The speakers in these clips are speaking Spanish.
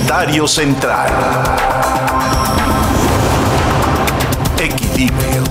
Comentario central. Equilibrio.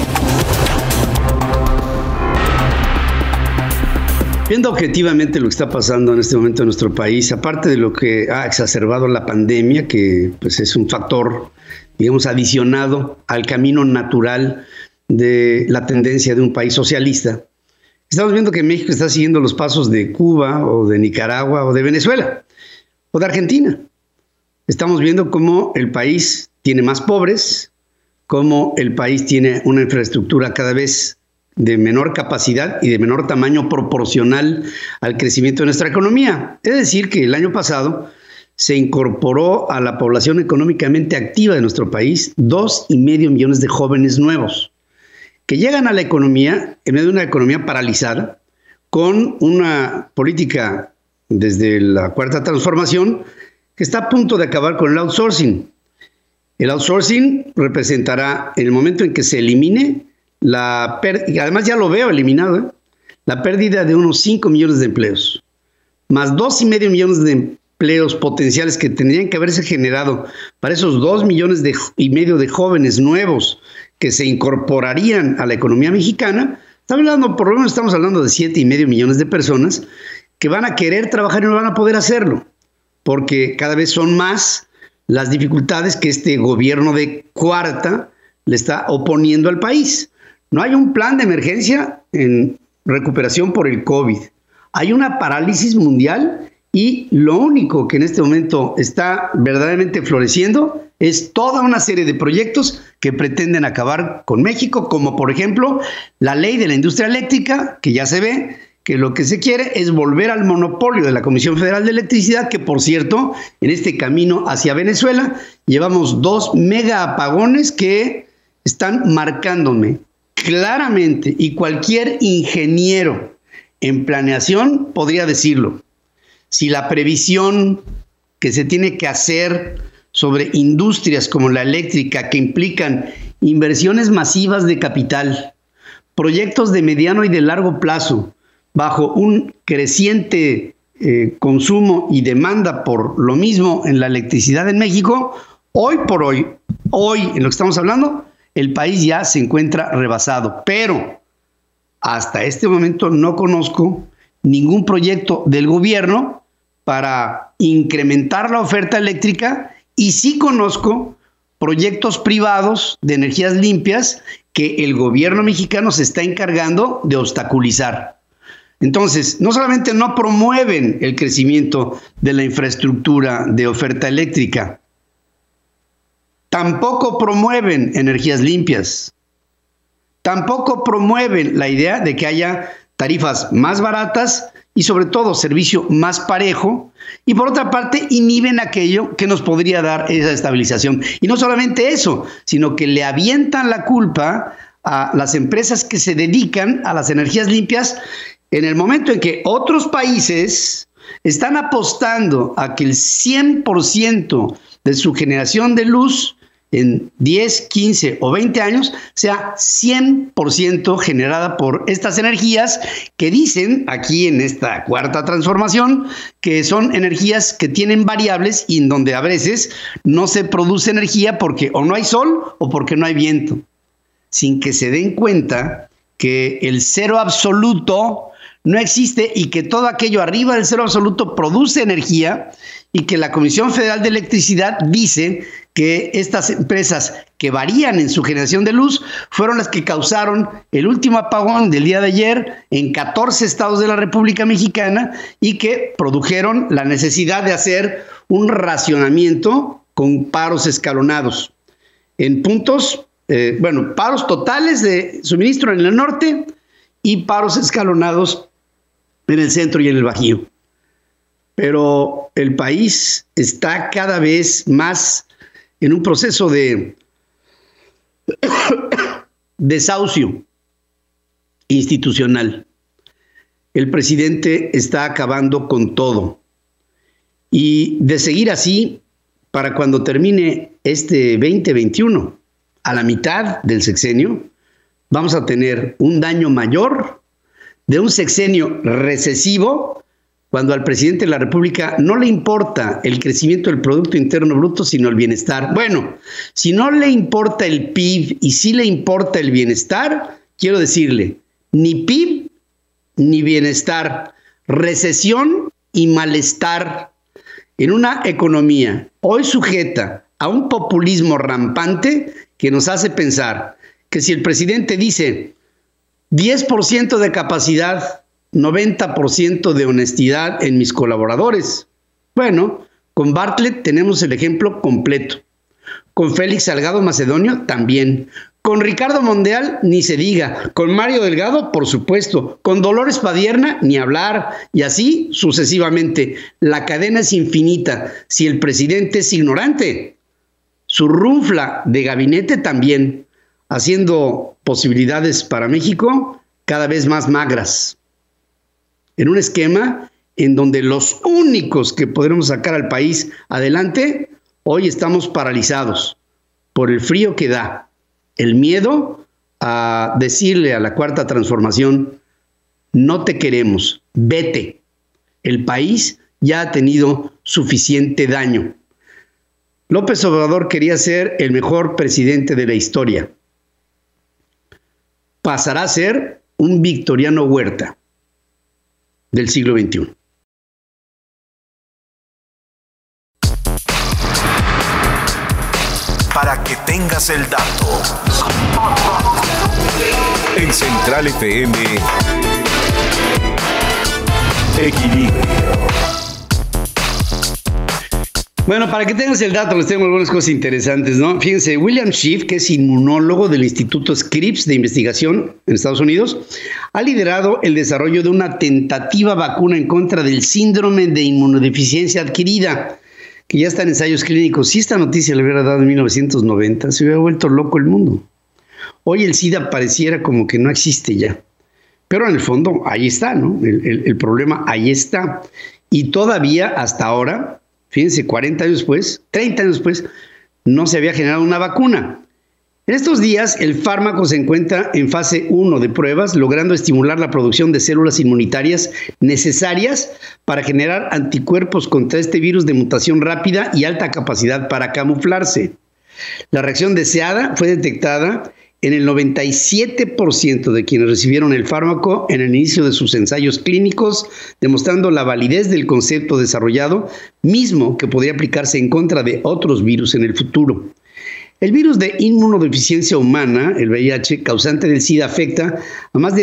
Viendo objetivamente lo que está pasando en este momento en nuestro país, aparte de lo que ha exacerbado la pandemia, que pues es un factor, digamos, adicionado al camino natural de la tendencia de un país socialista, estamos viendo que México está siguiendo los pasos de Cuba o de Nicaragua o de Venezuela o de Argentina. Estamos viendo cómo el país tiene más pobres, cómo el país tiene una infraestructura cada vez de menor capacidad y de menor tamaño proporcional al crecimiento de nuestra economía. Es decir, que el año pasado se incorporó a la población económicamente activa de nuestro país 2,5 millones de jóvenes nuevos que llegan a la economía en medio de una economía paralizada con una política desde la Cuarta Transformación que está a punto de acabar con el outsourcing. El outsourcing representará, en el momento en que se elimine, además ya lo veo eliminado, la pérdida de unos 5 millones de empleos, más 2,5 millones de empleos potenciales que tendrían que haberse generado para esos 2,5 millones de jóvenes nuevos que se incorporarían a la economía mexicana. Por lo menos estamos hablando de 7,5 millones de personas que van a querer trabajar y no van a poder hacerlo, porque cada vez son más las dificultades que este gobierno de cuarta le está oponiendo al país. No hay un plan de emergencia en recuperación por el COVID. Hay una parálisis mundial y lo único que en este momento está verdaderamente floreciendo es toda una serie de proyectos que pretenden acabar con México, como por ejemplo la ley de la industria eléctrica, que ya se ve que lo que se quiere es volver al monopolio de la Comisión Federal de Electricidad, que por cierto, en este camino hacia Venezuela, llevamos 2 mega apagones que están marcándome claramente, y cualquier ingeniero en planeación podría decirlo. Si la previsión que se tiene que hacer sobre industrias como la eléctrica, que implican inversiones masivas de capital, proyectos de mediano y de largo plazo, bajo un creciente consumo y demanda por lo mismo en la electricidad en México, hoy por hoy, en lo que estamos hablando, el país ya se encuentra rebasado. Pero hasta este momento no conozco ningún proyecto del gobierno para incrementar la oferta eléctrica, y sí conozco proyectos privados de energías limpias que el gobierno mexicano se está encargando de obstaculizar. Entonces, no solamente no promueven el crecimiento de la infraestructura de oferta eléctrica, tampoco promueven energías limpias, tampoco promueven la idea de que haya tarifas más baratas y sobre todo servicio más parejo, y por otra parte inhiben aquello que nos podría dar esa estabilización. Y no solamente eso, sino que le avientan la culpa a las empresas que se dedican a las energías limpias en el momento en que otros países están apostando a que el 100% de su generación de luz en 10, 15 o 20 años sea 100% generada por estas energías que dicen aquí en esta Cuarta Transformación que son energías que tienen variables y en donde a veces no se produce energía porque o no hay sol o porque no hay viento, sin que se den cuenta que el cero absoluto no existe y que todo aquello arriba del cero absoluto produce energía, y que la Comisión Federal de Electricidad dice que estas empresas que varían en su generación de luz fueron las que causaron el último apagón del día de ayer en 14 estados de la República Mexicana y que produjeron la necesidad de hacer un racionamiento con paros escalonados en puntos, paros totales de suministro en el norte y paros escalonados en el centro y en el Bajío. Pero el país está cada vez más en un proceso de desahucio institucional. El presidente está acabando con todo. Y de seguir así, para cuando termine este 2021, a la mitad del sexenio, vamos a tener un daño mayor de un sexenio recesivo cuando al presidente de la República no le importa el crecimiento del Producto Interno Bruto, sino el bienestar. Bueno, si no le importa el PIB y sí le importa el bienestar, quiero decirle, ni PIB ni bienestar, recesión y malestar en una economía hoy sujeta a un populismo rampante que nos hace pensar que si el presidente dice 10% de capacidad, 90% de honestidad en mis colaboradores. Bueno, con Bartlett tenemos el ejemplo completo. Con Félix Salgado Macedonio también. Con Ricardo Monreal ni se diga. Con Mario Delgado, por supuesto. Con Dolores Padierna ni hablar. Y así sucesivamente. La cadena es infinita. Si el presidente es ignorante, su runfla de gabinete también, haciendo posibilidades para México cada vez más magras. En un esquema en donde los únicos que podremos sacar al país adelante, hoy estamos paralizados por el frío que da, el miedo a decirle a la Cuarta Transformación, no te queremos, vete. El país ya ha tenido suficiente daño. López Obrador quería ser el mejor presidente de la historia. Pasará a ser un Victoriano Huerta del siglo XXI. Para que tengas el dato. En Central FM, Equilibrio. Bueno, para que tengas el dato, les tengo algunas cosas interesantes, ¿no? Fíjense, William Schiff, que es inmunólogo del Instituto Scripps de Investigación en Estados Unidos, ha liderado el desarrollo de una tentativa vacuna en contra del síndrome de inmunodeficiencia adquirida, que ya está en ensayos clínicos. Si esta noticia le hubiera dado en 1990, se hubiera vuelto loco el mundo. Hoy el SIDA pareciera como que no existe ya. Pero en el fondo, ahí está, ¿no? El problema ahí está. Y todavía, hasta ahora, fíjense, 40 años después, 30 años después, no se había generado una vacuna. En estos días, el fármaco se encuentra en fase 1 de pruebas, logrando estimular la producción de células inmunitarias necesarias para generar anticuerpos contra este virus de mutación rápida y alta capacidad para camuflarse. La reacción deseada fue detectada en el 97% de quienes recibieron el fármaco en el inicio de sus ensayos clínicos, demostrando la validez del concepto desarrollado, mismo que podría aplicarse en contra de otros virus en el futuro. El virus de inmunodeficiencia humana, el VIH, causante del SIDA, afecta a más de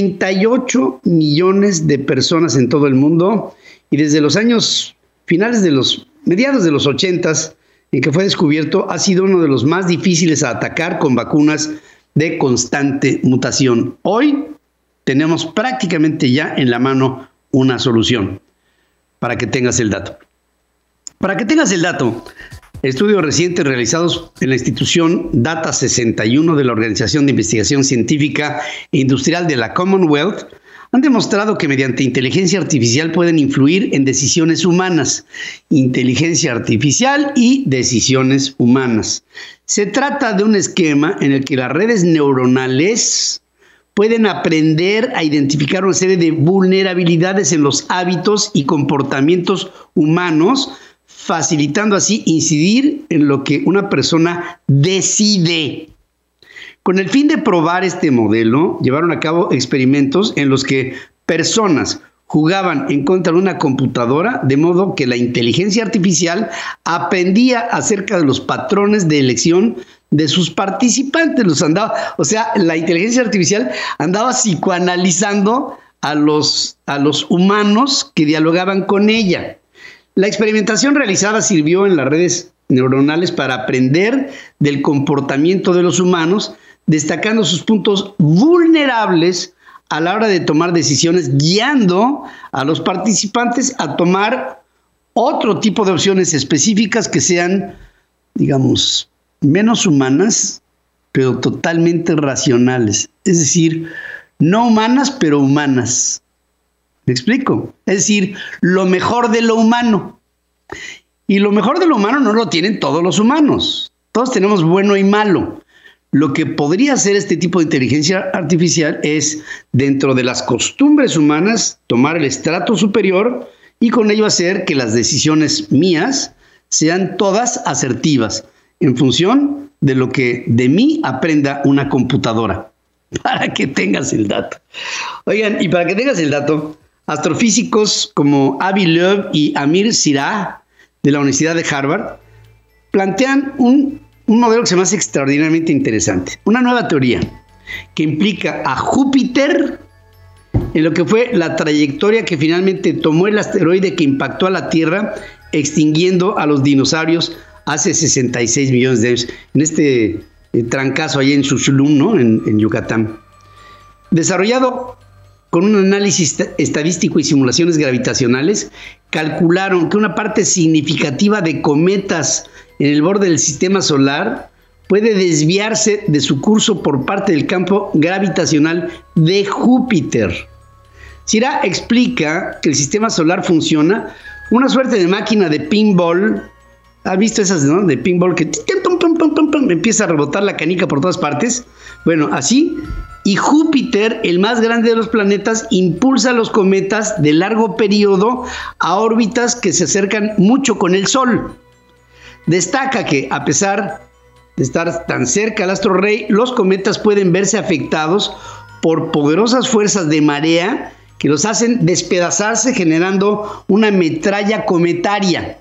38 millones de personas en todo el mundo y desde los años mediados de los 80s, en que fue descubierto, ha sido uno de los más difíciles a atacar con vacunas de constante mutación. Hoy tenemos prácticamente ya en la mano una solución, para que tengas el dato. Para que tengas el dato, estudios recientes realizados en la institución Data 61 de la Organización de Investigación Científica e Industrial de la Commonwealth han demostrado que mediante inteligencia artificial pueden influir en decisiones humanas. Inteligencia artificial y decisiones humanas. Se trata de un esquema en el que las redes neuronales pueden aprender a identificar una serie de vulnerabilidades en los hábitos y comportamientos humanos, facilitando así incidir en lo que una persona decide. Con el fin de probar este modelo, llevaron a cabo experimentos en los que personas jugaban en contra de una computadora, de modo que la inteligencia artificial aprendía acerca de los patrones de elección de sus participantes. La inteligencia artificial andaba psicoanalizando a los humanos que dialogaban con ella. La experimentación realizada sirvió en las redes neuronales para aprender del comportamiento de los humanos, destacando sus puntos vulnerables a la hora de tomar decisiones, guiando a los participantes a tomar otro tipo de opciones específicas que sean, digamos, menos humanas, pero totalmente racionales. Es decir, no humanas, pero humanas. ¿Me explico? Es decir, lo mejor de lo humano. Y lo mejor de lo humano no lo tienen todos los humanos. Todos tenemos bueno y malo. Lo que podría hacer este tipo de inteligencia artificial es, dentro de las costumbres humanas, tomar el estrato superior y con ello hacer que las decisiones mías sean todas asertivas en función de lo que de mí aprenda una computadora. Para que tengas el dato. Oigan, y para que tengas el dato, astrofísicos como Avi Loeb y Amir Sirah de la Universidad de Harvard plantean un modelo que se me hace extraordinariamente interesante. Una nueva teoría que implica a Júpiter en lo que fue la trayectoria que finalmente tomó el asteroide que impactó a la Tierra, extinguiendo a los dinosaurios hace 66 millones de años. En este trancazo ahí en Xuzulum, ¿no? En Yucatán. Desarrollado con un análisis estadístico y simulaciones gravitacionales, calcularon que una parte significativa de cometas en el borde del sistema solar puede desviarse de su curso por parte del campo gravitacional de Júpiter. Sirah explica que el sistema solar funciona como una suerte de máquina de pinball. ¿Ha visto esas, no? De pinball que empieza a rebotar la canica por todas partes? Bueno, así. Y Júpiter, el más grande de los planetas, impulsa a los cometas de largo periodo a órbitas que se acercan mucho con el Sol. Destaca que, a pesar de estar tan cerca al astro rey, los cometas pueden verse afectados por poderosas fuerzas de marea que los hacen despedazarse, generando una metralla cometaria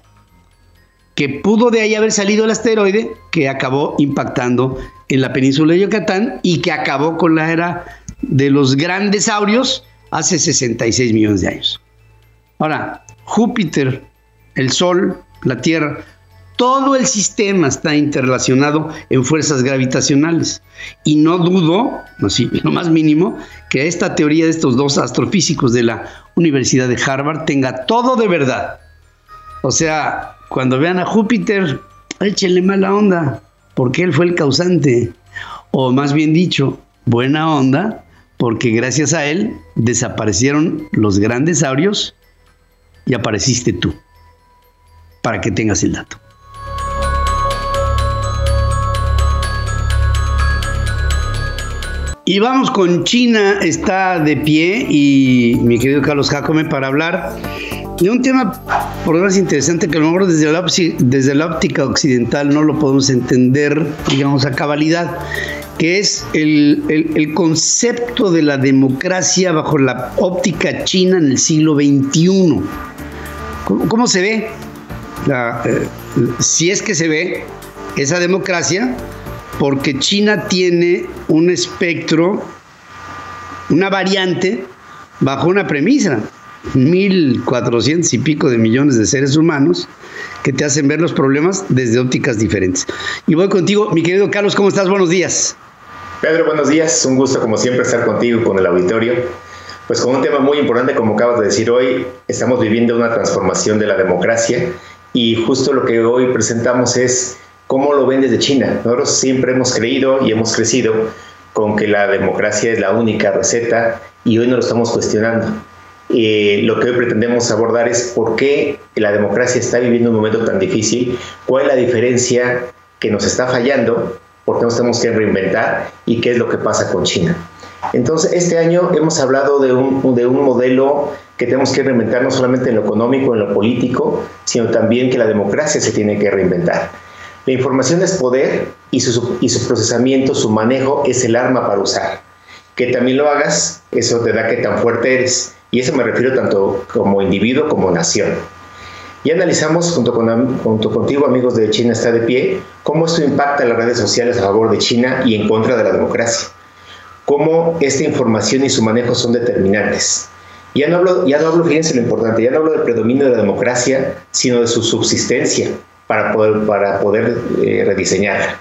que pudo de ahí haber salido el asteroide que acabó impactando en la península de Yucatán y que acabó con la era de los grandes saurios hace 66 millones de años. Ahora, Júpiter, el Sol, la Tierra, todo el sistema está interrelacionado en fuerzas gravitacionales. Y no dudo, lo más mínimo, que esta teoría de estos dos astrofísicos de la Universidad de Harvard tenga todo de verdad. O sea, cuando vean a Júpiter, échenle mala onda, porque él fue el causante. O más bien dicho, buena onda, porque gracias a él desaparecieron los grandes saurios y apareciste tú. Para que tengas el dato. Y vamos con China, está de pie, y mi querido Carlos Jácome para hablar de un tema por lo menos interesante que a lo mejor desde la óptica occidental no lo podemos entender, digamos, a cabalidad, que es el concepto de la democracia bajo la óptica china en el siglo XXI. ¿Cómo se ve? Si es que se ve esa democracia, porque China tiene un espectro, una variante, bajo una premisa, 1.400 y pico de millones de seres humanos que te hacen ver los problemas desde ópticas diferentes. Y voy contigo, mi querido Carlos, ¿cómo estás? Buenos días. Pedro, buenos días, un gusto como siempre estar contigo y con el auditorio. Pues con un tema muy importante, como acabas de decir hoy, estamos viviendo una transformación de la democracia y justo lo que hoy presentamos es cómo lo ven desde China. Nosotros siempre hemos creído y hemos crecido con que la democracia es la única receta y hoy no lo estamos cuestionando. Lo que hoy pretendemos abordar es por qué la democracia está viviendo un momento tan difícil, cuál es la diferencia que nos está fallando, por qué nos tenemos que reinventar y qué es lo que pasa con China. Entonces, este año hemos hablado de un modelo que tenemos que reinventar no solamente en lo económico, en lo político, sino también que la democracia se tiene que reinventar. La información es poder y su procesamiento, su manejo es el arma para usar. Que también lo hagas, eso te da que tan fuerte eres. Y eso me refiero tanto como individuo como nación. Y analizamos junto contigo, amigos de China está de pie, cómo esto impacta las redes sociales a favor de China y en contra de la democracia. Cómo esta información y su manejo son determinantes. Ya no hablo, fíjense lo importante, ya no hablo del predominio de la democracia, sino de su subsistencia para poder rediseñarla.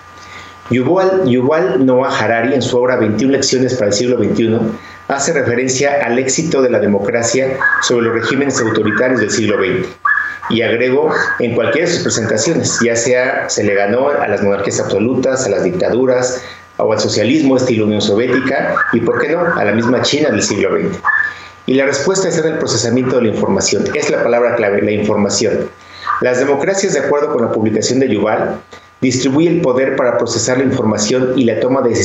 Yuval Noah Harari, en su obra 21 lecciones para el siglo XXI, hace referencia al éxito de la democracia sobre los regímenes autoritarios del siglo XX. Y agregó en cualquiera de sus presentaciones, ya sea se le ganó a las monarquías absolutas, a las dictaduras, o al socialismo estilo Unión Soviética, y por qué no, a la misma China del siglo XX. Y la respuesta está en el procesamiento de la información. Es la palabra clave, la información. Las democracias, de acuerdo con la publicación de Yuval, distribuyen el poder para procesar la información y la toma de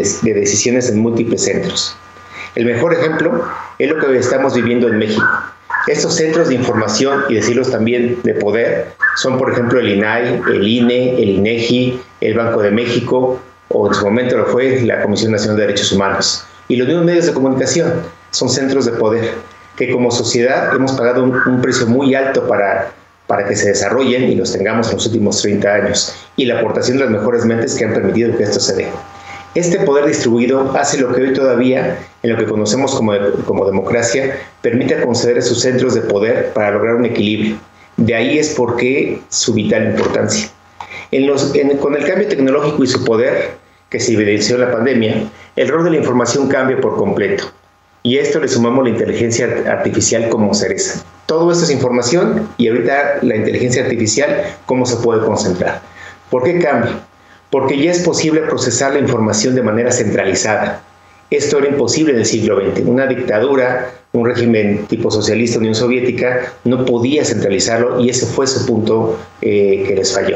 decisiones en múltiples centros. El mejor ejemplo es lo que estamos viviendo en México. Estos centros de información y decirlos también de poder son, por ejemplo, el INAI, el INE, el INEGI, el Banco de México, o en su momento lo fue la Comisión Nacional de Derechos Humanos. Y los mismos medios de comunicación son centros de poder que como sociedad hemos pagado un precio muy alto para que se desarrollen y los tengamos en los últimos 30 años, y la aportación de las mejores mentes que han permitido que esto se dé. Este poder distribuido hace lo que hoy todavía, en lo que conocemos como democracia, permite conceder a sus centros de poder para lograr un equilibrio. De ahí es por qué su vital importancia. Con el cambio tecnológico y su poder, que se evidenció en la pandemia, el rol de la información cambia por completo. Y a esto le sumamos la inteligencia artificial como cereza. Todo esto es información, y ahorita la inteligencia artificial, ¿cómo se puede concentrar? ¿Por qué cambia? Porque ya es posible procesar la información de manera centralizada. Esto era imposible en el siglo XX. Una dictadura, un régimen tipo socialista, Unión Soviética, no podía centralizarlo, y ese fue su punto que les falló.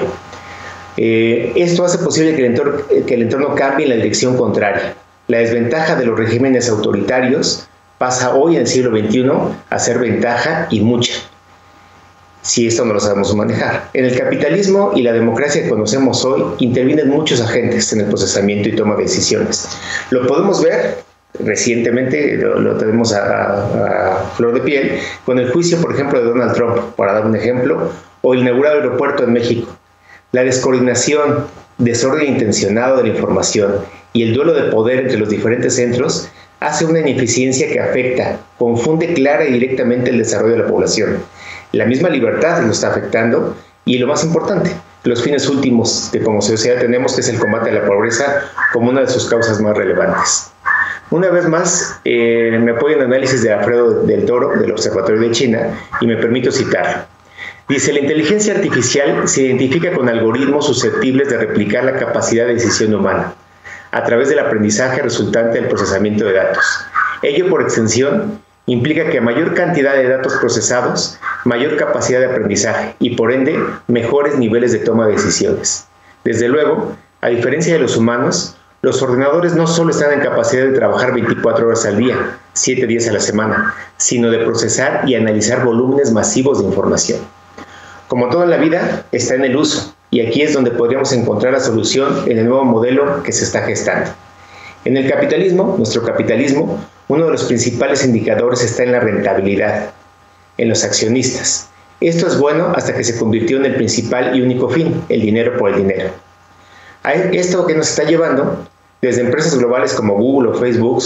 Esto hace posible que el entorno cambie en la dirección contraria. La desventaja de los regímenes autoritarios pasa hoy en el siglo XXI a ser ventaja, y mucha, si esto no lo sabemos manejar. En el capitalismo y la democracia que conocemos hoy intervienen muchos agentes en el procesamiento y toma de decisiones. Lo podemos ver recientemente, lo tenemos a flor de piel, con el juicio, por ejemplo, de Donald Trump, para dar un ejemplo, o el inaugurado aeropuerto en México. La descoordinación, desorden intencionado de la información y el duelo de poder entre los diferentes centros hace una ineficiencia que afecta, confunde clara y directamente el desarrollo de la población. La misma libertad lo está afectando, y lo más importante, los fines últimos que como sociedad tenemos, que es el combate a la pobreza como una de sus causas más relevantes. Una vez más, me apoyo en el análisis de Alfredo del Toro, del Observatorio de China, y me permito citarlo. Dice: la inteligencia artificial se identifica con algoritmos susceptibles de replicar la capacidad de decisión humana a través del aprendizaje resultante del procesamiento de datos. Ello, por extensión, implica que a mayor cantidad de datos procesados, mayor capacidad de aprendizaje y, por ende, mejores niveles de toma de decisiones. Desde luego, a diferencia de los humanos, los ordenadores no solo están en capacidad de trabajar 24 horas al día, 7 días a la semana, sino de procesar y analizar volúmenes masivos de información. Como todo en la vida, está en el uso, y aquí es donde podríamos encontrar la solución en el nuevo modelo que se está gestando. En el capitalismo, nuestro capitalismo, uno de los principales indicadores está en la rentabilidad, en los accionistas. Esto es bueno hasta que se convirtió en el principal y único fin, el dinero por el dinero. Esto que nos está llevando, desde empresas globales como Google o Facebook,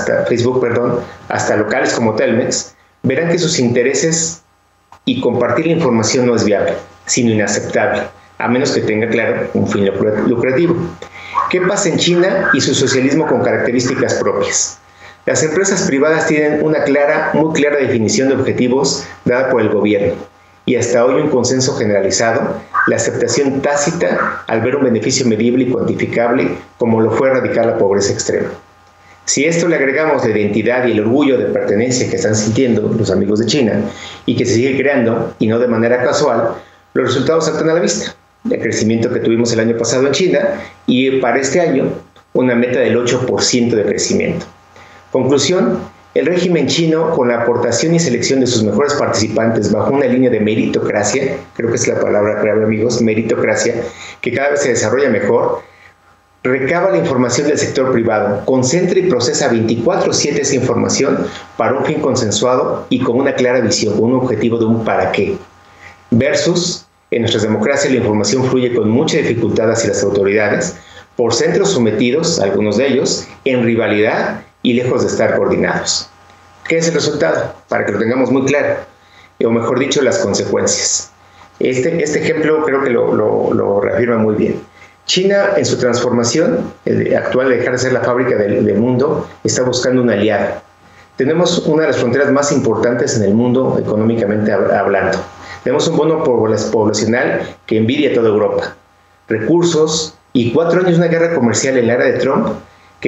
hasta locales como Telmex, verán que sus intereses y compartir la información no es viable, sino inaceptable, a menos que tenga claro un fin lucrativo. ¿Qué pasa en China y su socialismo con características propias? Las empresas privadas tienen una muy clara definición de objetivos dada por el gobierno, y hasta hoy un consenso generalizado, la aceptación tácita al ver un beneficio medible y cuantificable, como lo fue erradicar la pobreza extrema. Si a esto le agregamos la identidad y el orgullo de pertenencia que están sintiendo los amigos de China, y que se sigue creando, y no de manera casual, los resultados saltan a la vista. El crecimiento que tuvimos el año pasado en China, y para este año una meta del 8% de crecimiento. Conclusión: el régimen chino, con la aportación y selección de sus mejores participantes bajo una línea de meritocracia, creo que es la palabra clave, amigos, meritocracia, que cada vez se desarrolla mejor, recaba la información del sector privado, concentra y procesa 24/7 esa información para un fin consensuado y con una clara visión, con un objetivo de un para qué. Versus, en nuestras democracias la información fluye con mucha dificultad hacia las autoridades, por centros sometidos, algunos de ellos, en rivalidad y lejos de estar coordinados. ¿Qué es el resultado? Para que lo tengamos muy claro, o mejor dicho, las consecuencias. Este ejemplo creo que lo reafirma muy bien. China, en su transformación actual de dejar de ser la fábrica del mundo, está buscando un aliado. Tenemos una de las fronteras más importantes en el mundo económicamente hablando. Tenemos un bono poblacional que envidia a toda Europa, recursos y 4 años de una guerra comercial en la era de Trump que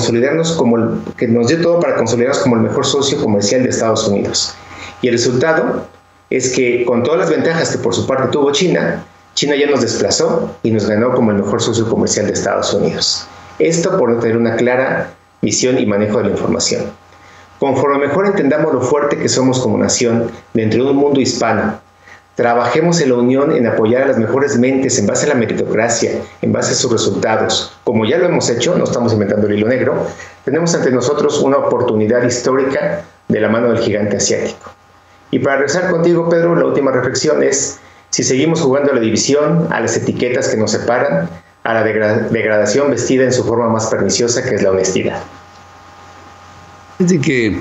nos dio todo para consolidarnos como el mejor socio comercial de Estados Unidos. Y el resultado es que, con todas las ventajas que por su parte tuvo China ya nos desplazó y nos ganó como el mejor socio comercial de Estados Unidos. Esto por no tener una clara visión y manejo de la información. Conforme mejor entendamos lo fuerte que somos como nación dentro de un mundo hispano, trabajemos en la unión en apoyar a las mejores mentes en base a la meritocracia, en base a sus resultados. Como ya lo hemos hecho, no estamos inventando el hilo negro, tenemos ante nosotros una oportunidad histórica de la mano del gigante asiático. Y para regresar contigo, Pedro, la última reflexión es: si seguimos jugando a la división, a las etiquetas que nos separan, a la degradación vestida en su forma más perniciosa, que es la honestidad. Es que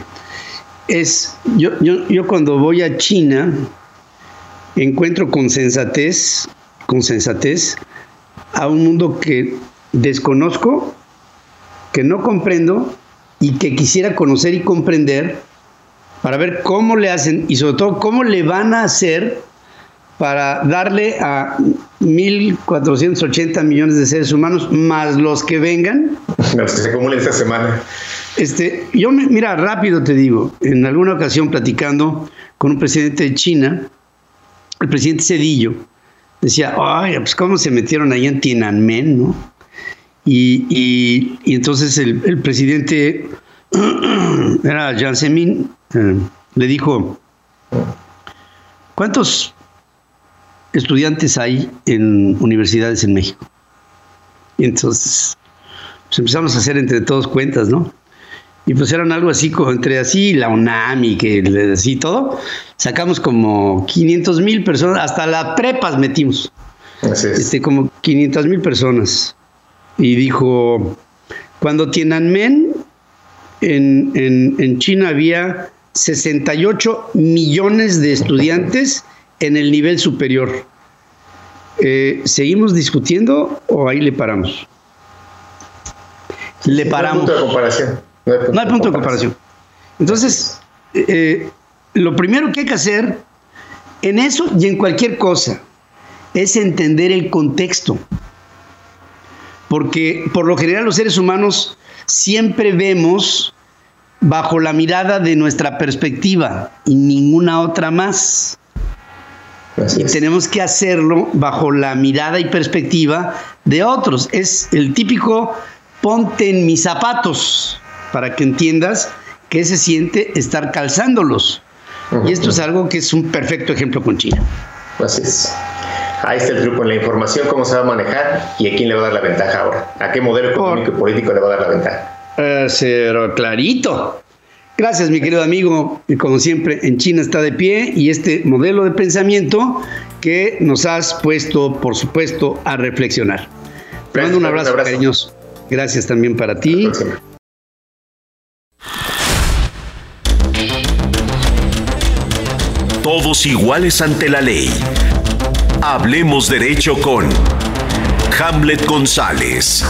yo cuando voy a China encuentro con sensatez a un mundo que desconozco, que no comprendo y que quisiera conocer y comprender para ver cómo le hacen y sobre todo cómo le van a hacer para darle a 1.480 millones de seres humanos más los que vengan. Los que se acumulen esta semana. Mira, rápido te digo, en alguna ocasión platicando con un presidente de China, el presidente Cedillo decía, ay, pues cómo se metieron ahí en Tiananmen, ¿no? Y entonces el presidente era Jiang Zemin, le dijo, ¿cuántos estudiantes hay en universidades en México? Y entonces pues empezamos a hacer entre todos cuentas, ¿no? Y pues eran algo así, como entre así, la UNAM y que así todo, sacamos como 500,000 personas, hasta las prepas metimos. Así es. Como 500,000 personas. Y dijo, cuando Tiananmen en China había 68 millones de estudiantes en el nivel superior. ¿Seguimos discutiendo o ahí le paramos? Le paramos. No hay punto de comparación. No hay punto de comparación. Entonces, lo primero que hay que hacer en eso y en cualquier cosa es entender el contexto. Porque por lo general los seres humanos siempre vemos bajo la mirada de nuestra perspectiva y ninguna otra más. Y tenemos que hacerlo bajo la mirada y perspectiva de otros. Es el típico ponte en mis zapatos para que entiendas qué se siente estar calzándolos. Y esto es algo que es un perfecto ejemplo con China. Así es. Ahí está el truco en la información, cómo se va a manejar y a quién le va a dar la ventaja ahora. ¿A qué modelo económico y político le va a dar la ventaja? Pero clarito. Gracias, mi querido amigo. Y como siempre, en China está de pie y este modelo de pensamiento que nos has puesto, por supuesto, a reflexionar. Te mando un abrazo, cariñoso. Gracias también para ti. Todos iguales ante la ley. Hablemos derecho con Hamlet González.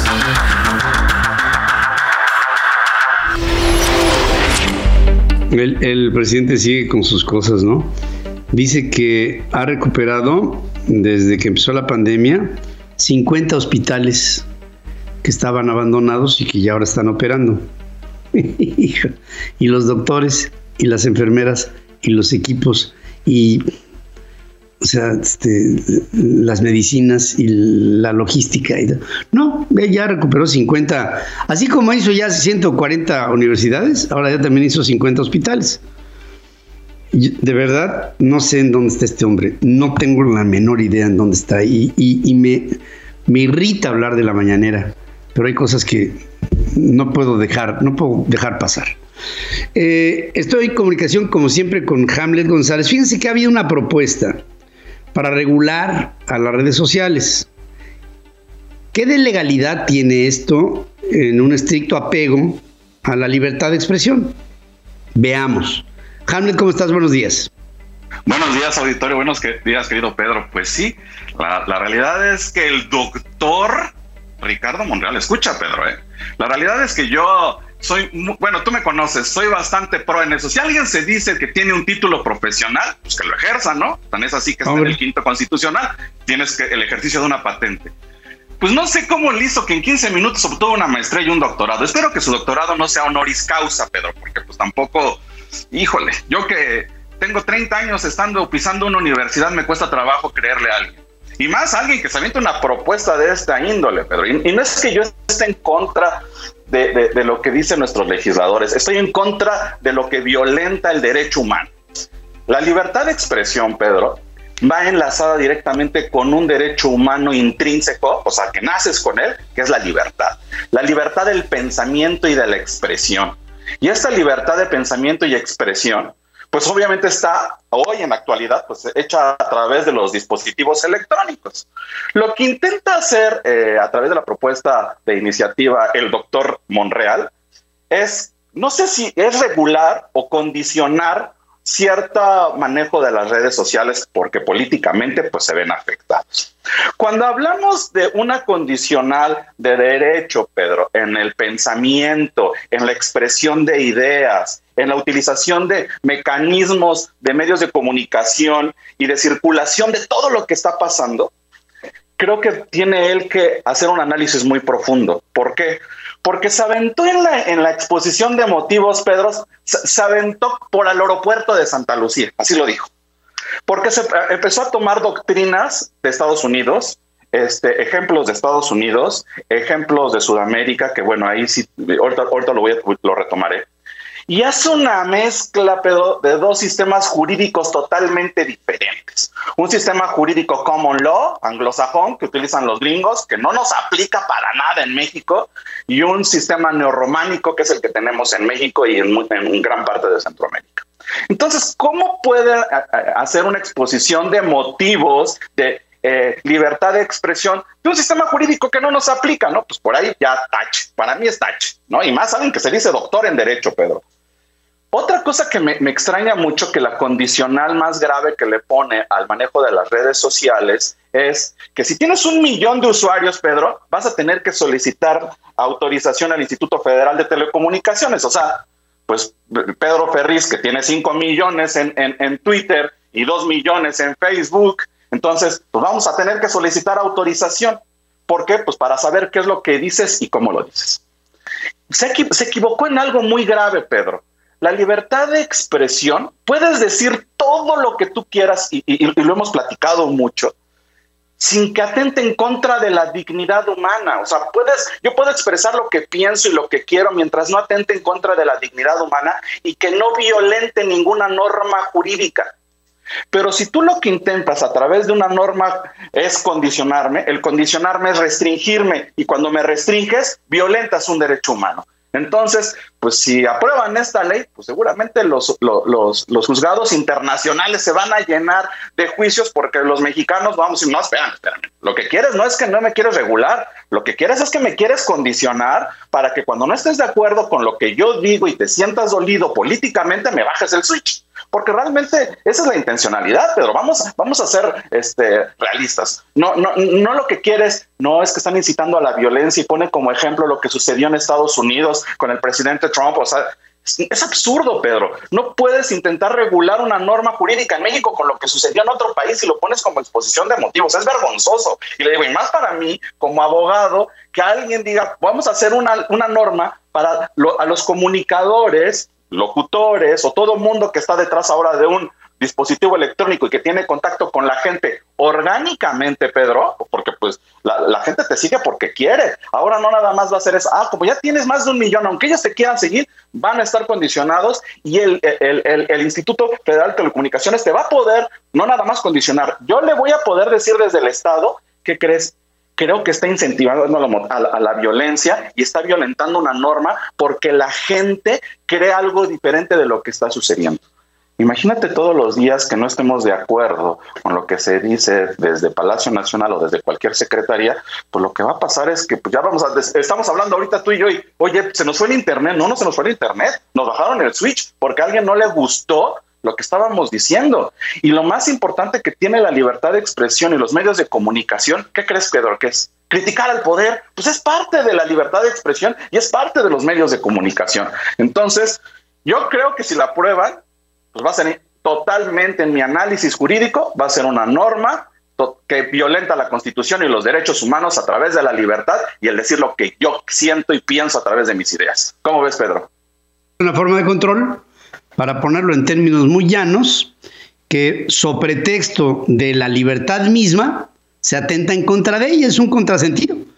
El presidente sigue con sus cosas, ¿no? Dice que ha recuperado, desde que empezó la pandemia, 50 hospitales que estaban abandonados y que ya ahora están operando. Y los doctores y las enfermeras y los equipos y las medicinas y la logística. No, ya recuperó 50. Así como hizo ya 140 universidades, ahora ya también hizo 50 hospitales. De verdad, no sé en dónde está este hombre. No tengo la menor idea en dónde está. Y me irrita hablar de la mañanera. Pero hay cosas que no puedo dejar pasar. Estoy en comunicación, como siempre, con Hamlet González. Fíjense que había una propuesta para regular a las redes sociales. ¿Qué de legalidad tiene esto en un estricto apego a la libertad de expresión? Veamos. Hamlet, ¿cómo estás? Buenos días. Buenos días, auditorio. Buenos días, querido Pedro. Pues sí, la realidad es que el doctor Ricardo Monreal, escucha, Pedro, la realidad es que yo soy, bueno, tú me conoces, soy bastante pro en eso. Si alguien se dice que tiene un título profesional, pues que lo ejerza, ¿no? Tan es así que está en el quinto constitucional, tienes que el ejercicio de una patente. Pues no sé cómo le hizo que en 15 minutos obtuvo una maestría y un doctorado. Espero que su doctorado no sea honoris causa, Pedro, porque pues tampoco, híjole, yo que tengo 30 años pisando una universidad, me cuesta trabajo creerle a alguien. Y más alguien que se avienta una propuesta de esta índole, Pedro. Y no es que yo esté en contra de lo que dicen nuestros legisladores, estoy en contra de lo que violenta el derecho humano. La libertad de expresión, Pedro, va enlazada directamente con un derecho humano intrínseco, o sea, que naces con él, que es la libertad del pensamiento y de la expresión. Y esta libertad de pensamiento y expresión, pues obviamente está hoy en la actualidad pues hecha a través de los dispositivos electrónicos. Lo que intenta hacer a través de la propuesta de iniciativa el doctor Monreal es, no sé si es regular o condicionar cierto manejo de las redes sociales porque políticamente pues se ven afectados. Cuando hablamos de una condicional de derecho, Pedro, en el pensamiento, en la expresión de ideas, en la utilización de mecanismos de medios de comunicación y de circulación de todo lo que está pasando, creo que tiene él que hacer un análisis muy profundo. ¿Por qué? Porque se aventó en la exposición de motivos, Pedro, se aventó por el aeropuerto de Santa Lucía, así lo dijo. Porque se empezó a tomar doctrinas de Estados Unidos, ejemplos de Estados Unidos, ejemplos de Sudamérica, que bueno, ahí sí, ahorita lo retomaré. Y hace una mezcla, Pedro, de dos sistemas jurídicos totalmente diferentes. Un sistema jurídico common law, anglosajón, que utilizan los gringos, que no nos aplica para nada en México, y un sistema neorrománico, que es el que tenemos en México y en gran parte de Centroamérica. Entonces, ¿cómo puede hacer una exposición de motivos de libertad de expresión de un sistema jurídico que no nos aplica, ¿no? Pues por ahí ya tache, para mí es tache, ¿no? Y más alguien que se dice doctor en derecho, Pedro. Otra cosa que me extraña mucho, que la condicional más grave que le pone al manejo de las redes sociales es que si tienes 1 millón de usuarios, Pedro, vas a tener que solicitar autorización al Instituto Federal de Telecomunicaciones. O sea, pues Pedro Ferriz, que tiene 5 millones en Twitter y 2 millones en Facebook, entonces pues vamos a tener que solicitar autorización. ¿Por qué? Pues para saber qué es lo que dices y cómo lo dices. Se equivocó en algo muy grave, Pedro. La libertad de expresión, puedes decir todo lo que tú quieras y lo hemos platicado mucho, sin que atente en contra de la dignidad humana. O sea, yo puedo expresar lo que pienso y lo que quiero mientras no atente en contra de la dignidad humana y que no violente ninguna norma jurídica. Pero si tú lo que intentas a través de una norma es condicionarme, el condicionarme es restringirme, y cuando me restringes, violentas un derecho humano. Entonces, pues si aprueban esta ley, pues seguramente los juzgados internacionales se van a llenar de juicios porque los mexicanos vamos a decir, no, espérame. Lo que quieres no es que no me quieres regular, lo que quieres es que me quieres condicionar para que cuando no estés de acuerdo con lo que yo digo y te sientas dolido políticamente, me bajes el switch. Porque realmente esa es la intencionalidad, Pedro. Vamos a ser realistas. No lo que quieres, no es que están incitando a la violencia y pone como ejemplo lo que sucedió en Estados Unidos con el presidente Trump. O sea, es absurdo, Pedro. No puedes intentar regular una norma jurídica en México con lo que sucedió en otro país y lo pones como exposición de motivos. Es vergonzoso. Y le digo, y más para mí, como abogado, que alguien diga, vamos a hacer una norma para a los comunicadores, locutores o todo mundo que está detrás ahora de un dispositivo electrónico y que tiene contacto con la gente orgánicamente, Pedro, porque pues la gente te sigue porque quiere. Ahora no nada más va a ser eso. Como ya tienes más de 1 millón, aunque ellos te quieran seguir, van a estar condicionados y el Instituto Federal de Telecomunicaciones te va a poder no nada más condicionar. Yo le voy a poder decir desde el Estado, ¿qué crees? Creo que está incentivando a la violencia y está violentando una norma porque la gente cree algo diferente de lo que está sucediendo. Imagínate todos los días que no estemos de acuerdo con lo que se dice desde Palacio Nacional o desde cualquier secretaría, pues lo que va a pasar es que pues ya estamos hablando ahorita tú y yo y, oye, se nos fue el internet. No se nos fue el internet, nos bajaron el switch porque a alguien no le gustó lo que estábamos diciendo. Y lo más importante que tiene la libertad de expresión y los medios de comunicación, ¿qué crees, Pedro, que es? Criticar al poder, pues es parte de la libertad de expresión y es parte de los medios de comunicación. Entonces, yo creo que si la aprueban, pues va a ser totalmente, en mi análisis jurídico, va a ser una norma que violenta la Constitución y los derechos humanos a través de la libertad y el decir lo que yo siento y pienso a través de mis ideas. ¿Cómo ves, Pedro? Una forma de control, para ponerlo en términos muy llanos, que sobre pretexto de la libertad misma se atenta en contra de ella. Es un contrasentido.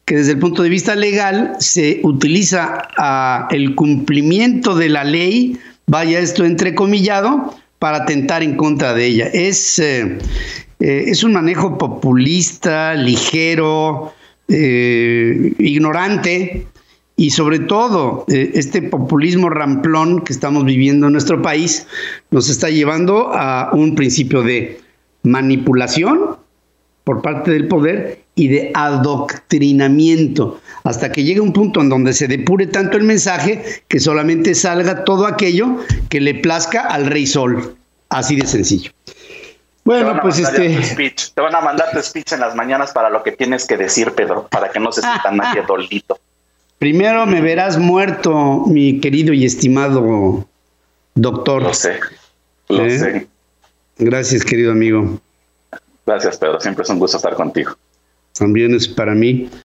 que desde el punto de vista legal se utiliza el cumplimiento de la ley, vaya esto entrecomillado, para atentar en contra de ella. Es un manejo populista, ligero, ignorante, y sobre todo este populismo ramplón que estamos viviendo en nuestro país nos está llevando a un principio de manipulación por parte del poder y de adoctrinamiento, hasta que llegue un punto en donde se depure tanto el mensaje que solamente salga todo aquello que le plazca al Rey Sol. Así de sencillo. Bueno, pues te van a mandar tu speech en las mañanas para lo que tienes que decir, Pedro, para que no se sienta nadie dolito. Primero me verás muerto, mi querido y estimado doctor. Lo sé. Gracias, querido amigo. Gracias, Pedro. Siempre es un gusto estar contigo. También es para mí.